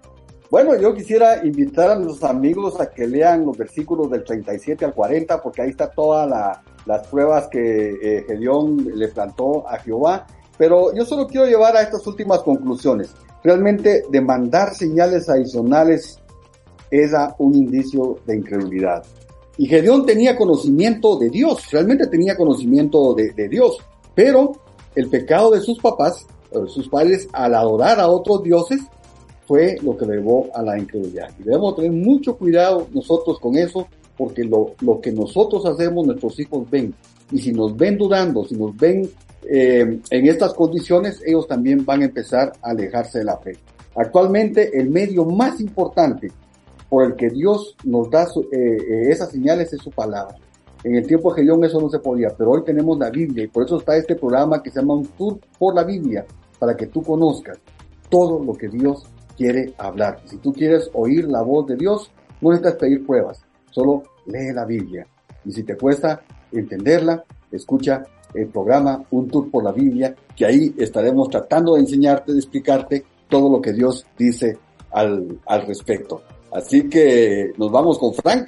Bueno, yo quisiera invitar a nuestros amigos a que lean los versículos del treinta y siete al cuarenta, porque ahí está todas la, las pruebas que eh, Gedeón le plantó a Jehová. Pero yo solo quiero llevar a estas últimas conclusiones. Realmente demandar señales adicionales era un indicio de incredulidad. Y Gedeón tenía conocimiento de Dios, realmente tenía conocimiento de, de Dios, pero el pecado de sus papás, de sus padres, al adorar a otros dioses, fue lo que llevó a la incredulidad. Y debemos tener mucho cuidado nosotros con eso, porque lo, lo que nosotros hacemos, nuestros hijos ven. Y si nos ven dudando, si nos ven eh, en estas condiciones, ellos también van a empezar a alejarse de la fe. Actualmente, el medio más importante por el que Dios nos da su, eh, eh, esas señales es su palabra. En el tiempo de Gedeón eso no se podía, pero hoy tenemos la Biblia, y por eso está este programa que se llama Un Tour por la Biblia, para que tú conozcas todo lo que Dios quiere hablar. Si tú quieres oír la voz de Dios, no necesitas pedir pruebas, solo lee la Biblia. Y si te cuesta entenderla, escucha el programa Un Tour por la Biblia, que ahí estaremos tratando de enseñarte, de explicarte todo lo que Dios dice al, al respecto. Así que nos vamos con Frank.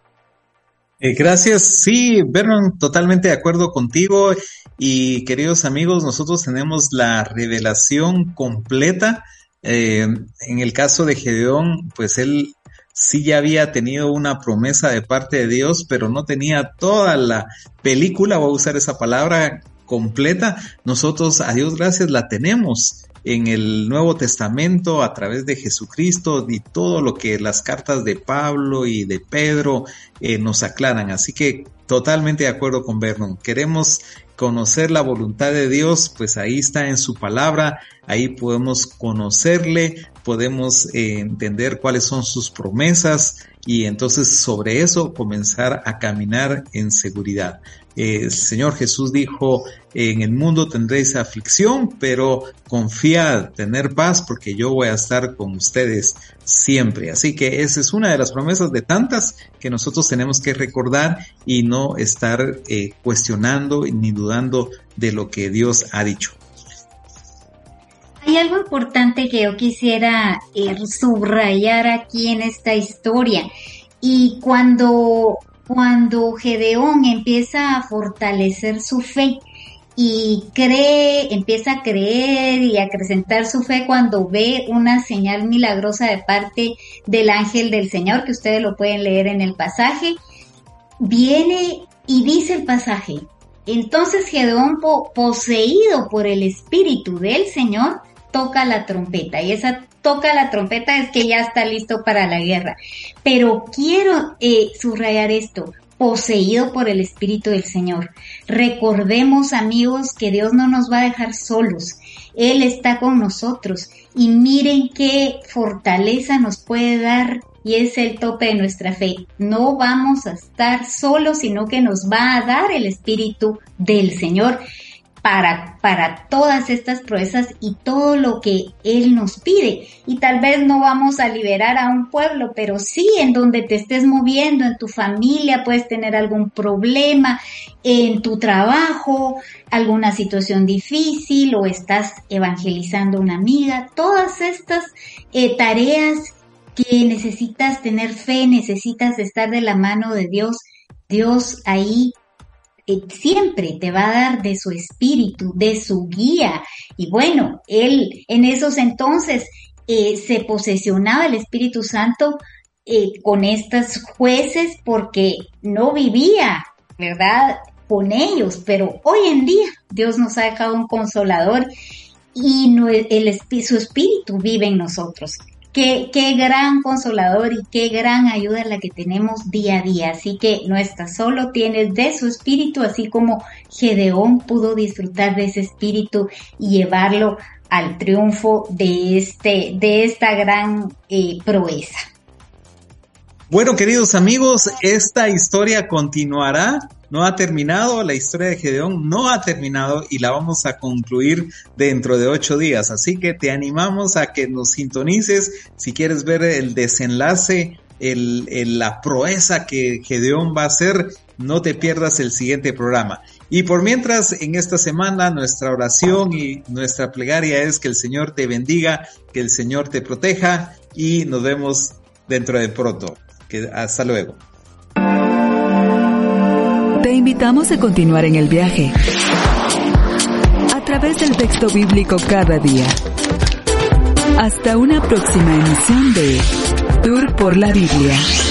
Eh, gracias. Sí, Vernon, totalmente de acuerdo contigo. Y queridos amigos, nosotros tenemos la revelación completa. Eh, en el caso de Gedeón, pues él sí ya había tenido una promesa de parte de Dios, pero no tenía toda la película, voy a usar esa palabra, completa. Nosotros, a Dios gracias, la tenemos en el Nuevo Testamento a través de Jesucristo y todo lo que las cartas de Pablo y de Pedro eh, nos aclaran. Así que totalmente de acuerdo con Vernon. Queremos conocer la voluntad de Dios, pues ahí está en su palabra, ahí podemos conocerle, podemos eh, entender cuáles son sus promesas y entonces sobre eso comenzar a caminar en seguridad. Eh, el Señor Jesús dijo, en el mundo tendréis aflicción, pero confiad, tener paz, porque yo voy a estar con ustedes siempre. Así que esa es una de las promesas de tantas que nosotros tenemos que recordar y no estar eh, cuestionando ni dudando de lo que Dios ha dicho. Hay algo importante que yo quisiera eh, subrayar aquí en esta historia, y cuando Cuando Gedeón empieza a fortalecer su fe y cree, empieza a creer y a acrecentar su fe cuando ve una señal milagrosa de parte del ángel del Señor, que ustedes lo pueden leer en el pasaje, viene y dice el pasaje: entonces Gedeón, po- poseído por el Espíritu del Señor, toca la trompeta, y esa toca la trompeta es que ya está listo para la guerra. Pero quiero eh, subrayar esto: poseído por el Espíritu del Señor. Recordemos, amigos, que Dios no nos va a dejar solos. Él está con nosotros. Y miren qué fortaleza nos puede dar, y es el tope de nuestra fe. No vamos a estar solos, sino que nos va a dar el Espíritu del Señor para, para todas estas proezas y todo lo que Él nos pide. Y tal vez no vamos a liberar a un pueblo, pero sí en donde te estés moviendo, en tu familia puedes tener algún problema, en tu trabajo, alguna situación difícil, o estás evangelizando a una amiga. Todas estas eh, tareas que necesitas tener fe, necesitas estar de la mano de Dios. Dios ahí Eh, siempre te va a dar de su espíritu, de su guía. Y bueno, él en esos entonces eh, se posesionaba el Espíritu Santo eh, con estos jueces, porque no vivía, ¿verdad?, con ellos. Pero hoy en día Dios nos ha dejado un consolador y no, el, el, su espíritu vive en nosotros. Qué, qué gran consolador y qué gran ayuda la que tenemos día a día. Así que no estás solo, tienes de su espíritu, así como Gedeón pudo disfrutar de ese espíritu y llevarlo al triunfo de este, de esta gran eh, proeza. Bueno, queridos amigos, esta historia continuará. No ha terminado, la historia de Gedeón no ha terminado y la vamos a concluir dentro de ocho días. Así que te animamos a que nos sintonices si quieres ver el desenlace, el, el, la proeza que Gedeón va a hacer. No te pierdas el siguiente programa. Y por mientras, en esta semana, nuestra oración y nuestra plegaria es que el Señor te bendiga, que el Señor te proteja y nos vemos dentro de pronto. Que, hasta luego. Te invitamos a continuar en el viaje a través del texto bíblico cada día. Hasta una próxima emisión de Tour por la Biblia.